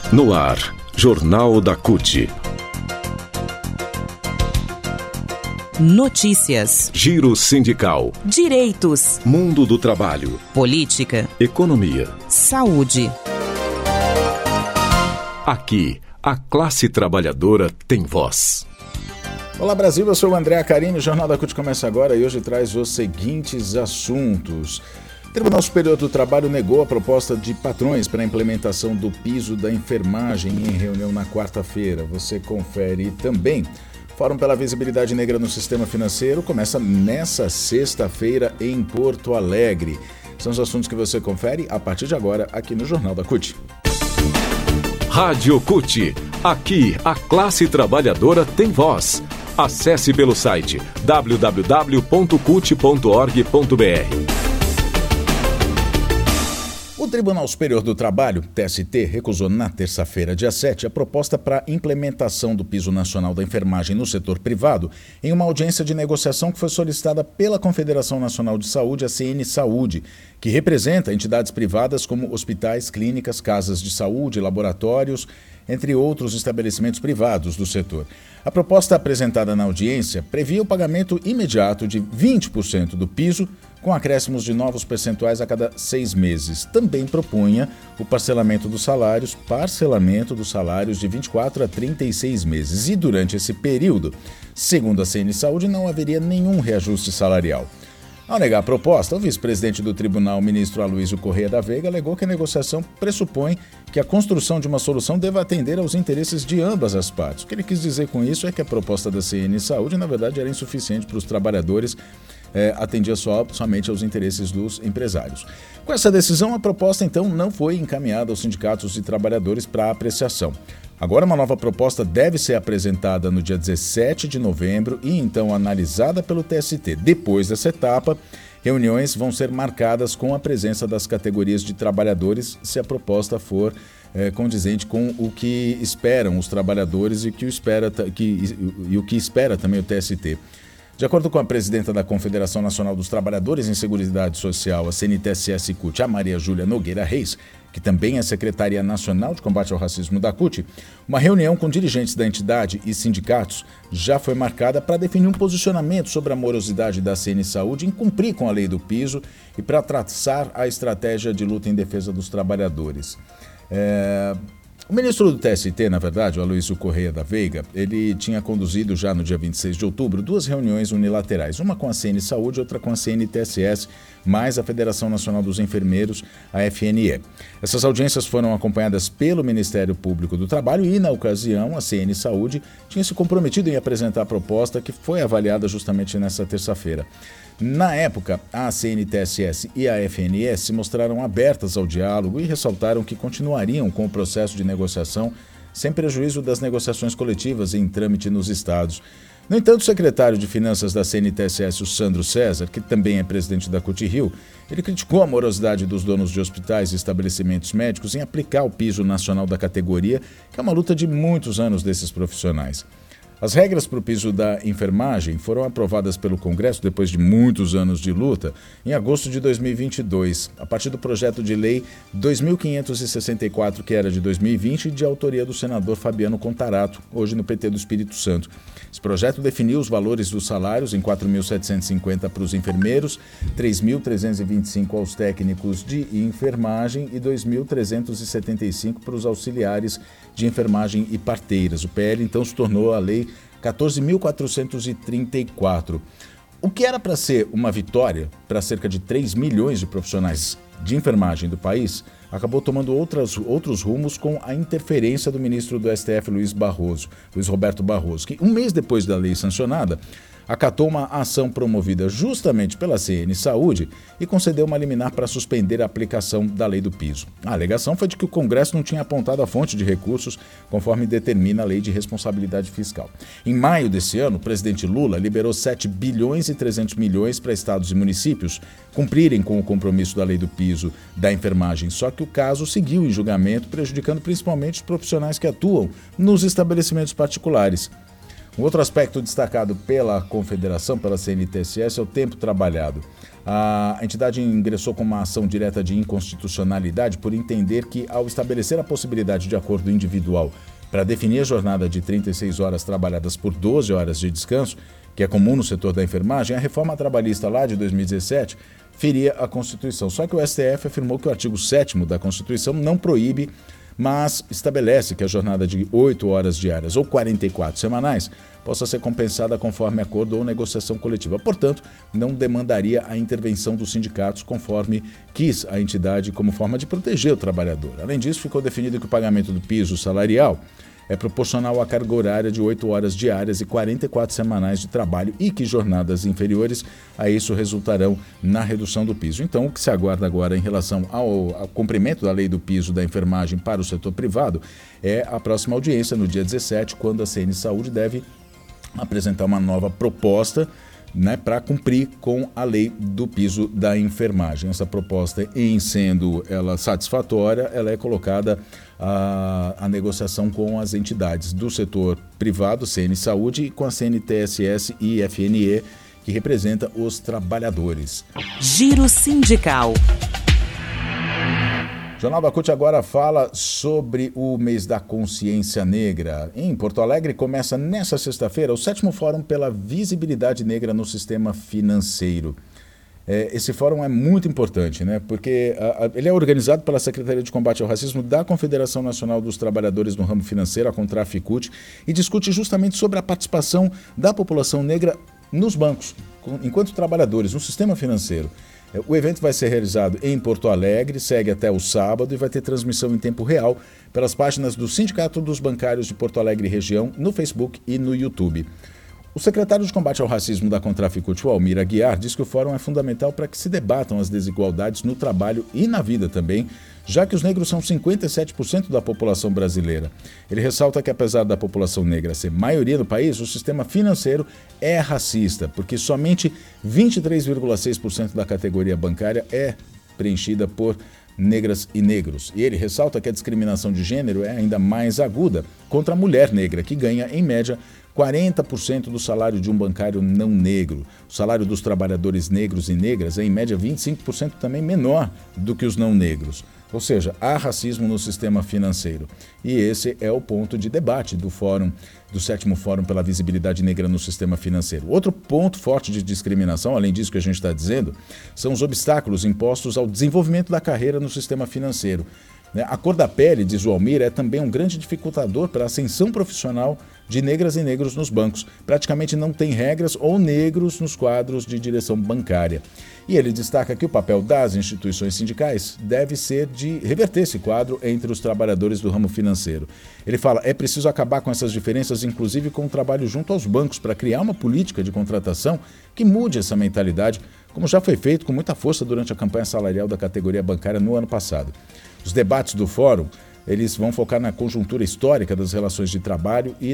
No ar, Jornal da CUT. Notícias. Giro sindical. Direitos. Mundo do trabalho. Política. Economia. Saúde. Aqui, a classe trabalhadora tem voz. Olá Brasil, eu sou o André Acarini, o Jornal da CUT começa agora e hoje traz os seguintes assuntos. O Tribunal Superior do Trabalho negou a proposta de patrões para a implementação do piso da enfermagem em reunião na quarta-feira. Você confere também. Fórum pela Visibilidade Negra no Sistema Financeiro começa nessa sexta-feira em Porto Alegre. São os assuntos que você confere a partir de agora aqui no Jornal da CUT. Rádio CUT. Aqui, a classe trabalhadora tem voz. Acesse pelo site www.cut.org.br. O Tribunal Superior do Trabalho, TST, recusou na terça-feira, dia 7, a proposta para implementação do piso nacional da enfermagem no setor privado em uma audiência de negociação que foi solicitada pela Confederação Nacional de Saúde, a CN Saúde, que representa entidades privadas como hospitais, clínicas, casas de saúde, laboratórios, entre outros estabelecimentos privados do setor. A proposta apresentada na audiência previa o pagamento imediato de 20% do piso, com acréscimos de novos percentuais a cada 6 meses. Também propunha o parcelamento dos salários de 24 a 36 meses. E durante esse período, segundo a CN Saúde, não haveria nenhum reajuste salarial. Ao negar a proposta, o vice-presidente do tribunal, ministro Aloysio Corrêa da Veiga, alegou que a negociação pressupõe que a construção de uma solução deva atender aos interesses de ambas as partes. O que ele quis dizer com isso é que a proposta da CN Saúde, na verdade, era insuficiente para os trabalhadores, atendia somente aos interesses dos empresários. Com essa decisão, a proposta, então, não foi encaminhada aos sindicatos de trabalhadores para apreciação. Agora, uma nova proposta deve ser apresentada no dia 17 de novembro e, então, analisada pelo TST. Depois dessa etapa, reuniões vão ser marcadas com a presença das categorias de trabalhadores, se a proposta for condizente com o que esperam os trabalhadores e o que espera também o TST. De acordo com a presidenta da Confederação Nacional dos Trabalhadores em Seguridade Social, a CNTSS-CUT, a Maria Júlia Nogueira Reis, que também é secretária nacional de combate ao racismo da CUT, uma reunião com dirigentes da entidade e sindicatos já foi marcada para definir um posicionamento sobre a morosidade da CN Saúde em cumprir com a lei do piso e para traçar a estratégia de luta em defesa dos trabalhadores. O ministro do TST, na verdade, o Aloysio Corrêa da Veiga, ele tinha conduzido já no dia 26 de outubro 2 reuniões unilaterais, uma com a CN Saúde e outra com a CNTSS, mais a Federação Nacional dos Enfermeiros, a FNE. Essas audiências foram acompanhadas pelo Ministério Público do Trabalho e, na ocasião, a CN Saúde tinha se comprometido em apresentar a proposta que foi avaliada justamente nessa terça-feira. Na época, a CNTSS e a FNE se mostraram abertas ao diálogo e ressaltaram que continuariam com o processo de negociação sem prejuízo das negociações coletivas em trâmite nos estados. No entanto, o secretário de Finanças da CNTSS, o Sandro César, que também é presidente da CUT Rio, ele criticou a morosidade dos donos de hospitais e estabelecimentos médicos em aplicar o piso nacional da categoria, que é uma luta de muitos anos desses profissionais. As regras para o piso da enfermagem foram aprovadas pelo Congresso depois de muitos anos de luta, em agosto de 2022, a partir do projeto de lei 2564, que era de 2020, de autoria do senador Fabiano Contarato, hoje no PT do Espírito Santo. Esse projeto definiu os valores dos salários em 4.750 para os enfermeiros, 3.325 aos técnicos de enfermagem e 2.375 para os auxiliares de enfermagem e parteiras. O PL, então, se tornou a lei 14.434. O que era para ser uma vitória para cerca de 3 milhões de profissionais de enfermagem do país, acabou tomando outros rumos com a interferência do ministro do STF, Luiz Roberto Barroso, que um mês depois da lei sancionada, acatou uma ação promovida justamente pela CN Saúde e concedeu uma liminar para suspender a aplicação da lei do piso. A alegação foi de que o Congresso não tinha apontado a fonte de recursos conforme determina a lei de responsabilidade fiscal. Em maio desse ano, o presidente Lula liberou 7 bilhões e 300 milhões para estados e municípios cumprirem com o compromisso da lei do piso da enfermagem, só que o caso seguiu em julgamento, prejudicando principalmente os profissionais que atuam nos estabelecimentos particulares. Um outro aspecto destacado pela Confederação, pela CNTSS, é o tempo trabalhado. A entidade ingressou com uma ação direta de inconstitucionalidade por entender que, ao estabelecer a possibilidade de acordo individual para definir a jornada de 36 horas trabalhadas por 12 horas de descanso, que é comum no setor da enfermagem, a reforma trabalhista lá de 2017 feria a Constituição. Só que o STF afirmou que o artigo 7º da Constituição não proíbe, mas estabelece que a jornada de 8 horas diárias ou 44 semanais possa ser compensada conforme acordo ou negociação coletiva. Portanto, não demandaria a intervenção dos sindicatos conforme quis a entidade como forma de proteger o trabalhador. Além disso, ficou definido que o pagamento do piso salarial é proporcional à carga horária de 8 horas diárias e 44 semanais de trabalho e que jornadas inferiores a isso resultarão na redução do piso. Então, o que se aguarda agora em relação ao cumprimento da lei do piso da enfermagem para o setor privado é a próxima audiência, no dia 17, quando a CN Saúde deve apresentar uma nova proposta, para cumprir com a lei do piso da enfermagem. Essa proposta, em sendo ela satisfatória, ela é colocada à negociação com as entidades do setor privado, CN Saúde, e com a CNTSS e FNE, que representa os trabalhadores. Giro Sindical. O Jornal da CUT agora fala sobre o mês da consciência negra. Em Porto Alegre começa nesta sexta-feira o 7º Fórum pela Visibilidade Negra no Sistema Financeiro. Esse fórum é muito importante, porque ele é organizado pela Secretaria de Combate ao Racismo da Confederação Nacional dos Trabalhadores no Ramo Financeiro, a CONTRAFICUT, e discute justamente sobre a participação da população negra nos bancos, enquanto trabalhadores, no sistema financeiro. O evento vai ser realizado em Porto Alegre, segue até o sábado e vai ter transmissão em tempo real pelas páginas do Sindicato dos Bancários de Porto Alegre e Região, no Facebook e no YouTube. O secretário de Combate ao Racismo da CONTRAFICUT, Almir Aguiar, diz que o fórum é fundamental para que se debatam as desigualdades no trabalho e na vida também, já que os negros são 57% da população brasileira. Ele ressalta que, apesar da população negra ser maioria no país, o sistema financeiro é racista, porque somente 23,6% da categoria bancária é preenchida por negras e negros. E ele ressalta que a discriminação de gênero é ainda mais aguda contra a mulher negra, que ganha, em média, 40% do salário de um bancário não negro. O salário dos trabalhadores negros e negras é, em média, 25% também menor do que os não negros. Ou seja, há racismo no sistema financeiro. E esse é o ponto de debate do 7º Fórum pela Visibilidade Negra no Sistema Financeiro. Outro ponto forte de discriminação, além disso que a gente está dizendo, são os obstáculos impostos ao desenvolvimento da carreira no sistema financeiro. A cor da pele, diz o Almir, é também um grande dificultador para a ascensão profissional de negras e negros nos bancos. Praticamente não tem regras ou negros nos quadros de direção bancária. E ele destaca que o papel das instituições sindicais deve ser de reverter esse quadro entre os trabalhadores do ramo financeiro. Ele fala, é preciso acabar com essas diferenças, inclusive com o trabalho junto aos bancos, para criar uma política de contratação que mude essa mentalidade, como já foi feito com muita força durante a campanha salarial da categoria bancária no ano passado. Os debates do fórum, eles vão focar na conjuntura histórica das relações de trabalho e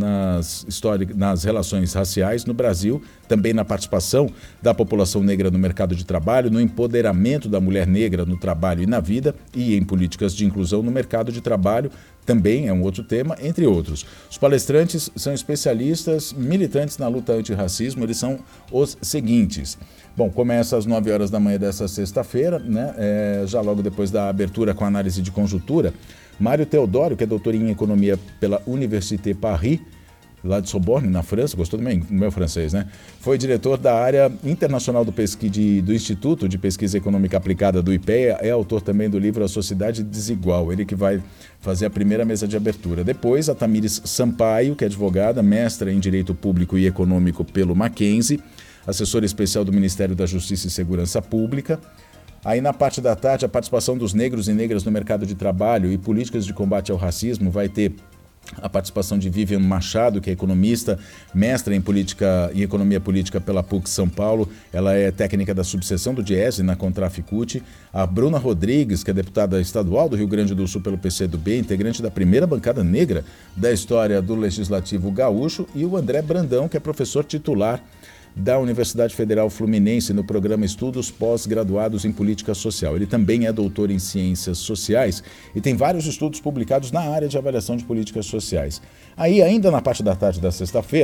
nas relações raciais no Brasil, também na participação da população negra no mercado de trabalho, no empoderamento da mulher negra no trabalho e na vida e em políticas de inclusão no mercado de trabalho, também é um outro tema, entre outros. Os palestrantes são especialistas militantes na luta antirracismo, eles são os seguintes. Bom, começa às 9 horas da manhã dessa sexta-feira, já logo depois da abertura com análise de conjuntura. Mário Teodoro, que é doutor em Economia pela Université Paris, lá de Sorbonne, na França, gostou do meu francês, Foi diretor da área internacional do Instituto de Pesquisa Econômica Aplicada do IPEA, é autor também do livro A Sociedade Desigual, ele que vai fazer a primeira mesa de abertura. Depois, a Tamires Sampaio, que é advogada, mestra em Direito Público e Econômico pelo Mackenzie, assessora especial do Ministério da Justiça e Segurança Pública. Aí, na parte da tarde, a participação dos negros e negras no mercado de trabalho e políticas de combate ao racismo vai ter a participação de Vivian Machado, que é economista, mestra em política e economia política pela PUC São Paulo. Ela é técnica da subseção do Diese na CONTRAFICUT. A Bruna Rodrigues, que é deputada estadual do Rio Grande do Sul pelo PCdoB, integrante da primeira bancada negra da história do Legislativo Gaúcho. E o André Brandão, que é professor titular da Universidade Federal Fluminense no programa Estudos Pós-Graduados em Política Social. Ele também é doutor em Ciências Sociais e tem vários estudos publicados na área de avaliação de políticas sociais. Aí, ainda na parte da tarde da sexta-feira,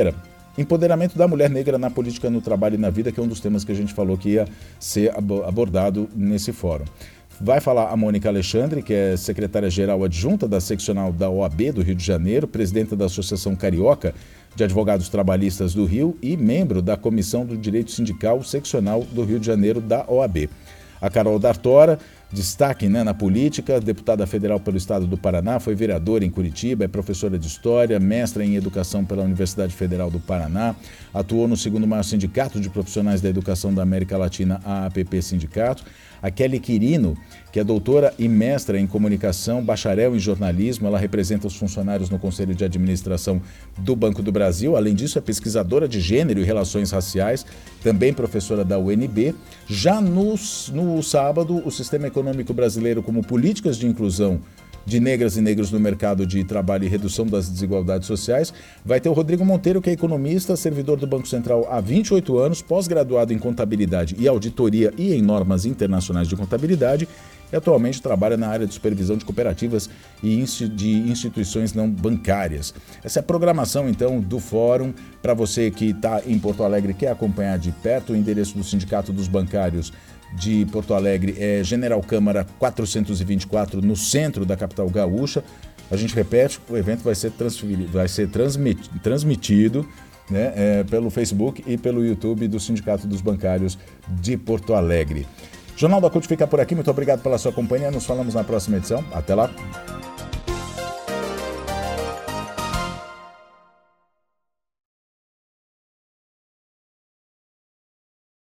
empoderamento da mulher negra na política, no trabalho e na vida, que é um dos temas que a gente falou que ia ser abordado nesse fórum. Vai falar a Mônica Alexandre, que é secretária-geral adjunta da seccional da OAB do Rio de Janeiro, presidenta da Associação Carioca de Advogados Trabalhistas do Rio e membro da Comissão do Direito Sindical Seccional do Rio de Janeiro da OAB. A Carol D'Artora, destaque na política, deputada federal pelo estado do Paraná, foi vereadora em Curitiba, é professora de História, mestra em Educação pela Universidade Federal do Paraná, atuou no segundo maior sindicato de profissionais da educação da América Latina, a APP Sindicato. A Kelly Quirino, que é doutora e mestra em comunicação, bacharel em jornalismo, ela representa os funcionários no Conselho de Administração do Banco do Brasil. Além disso, é pesquisadora de gênero e relações raciais, também professora da UNB. Já no sábado, o Sistema Econômico Brasileiro, como políticas de inclusão de negras e negros no mercado de trabalho e redução das desigualdades sociais, vai ter o Rodrigo Monteiro, que é economista, servidor do Banco Central há 28 anos, pós-graduado em contabilidade e auditoria e em normas internacionais de contabilidade, e atualmente trabalha na área de supervisão de cooperativas e de instituições não bancárias. Essa é a programação, então, do fórum. Para você que está em Porto Alegre e quer acompanhar de perto, o endereço do Sindicato dos Bancários de Porto Alegre é General Câmara 424, no centro da capital gaúcha. A gente repete, o evento vai ser transmitido pelo Facebook e pelo YouTube do Sindicato dos Bancários de Porto Alegre. Jornal da CUT fica por aqui, muito obrigado pela sua companhia, nos falamos na próxima edição, até lá!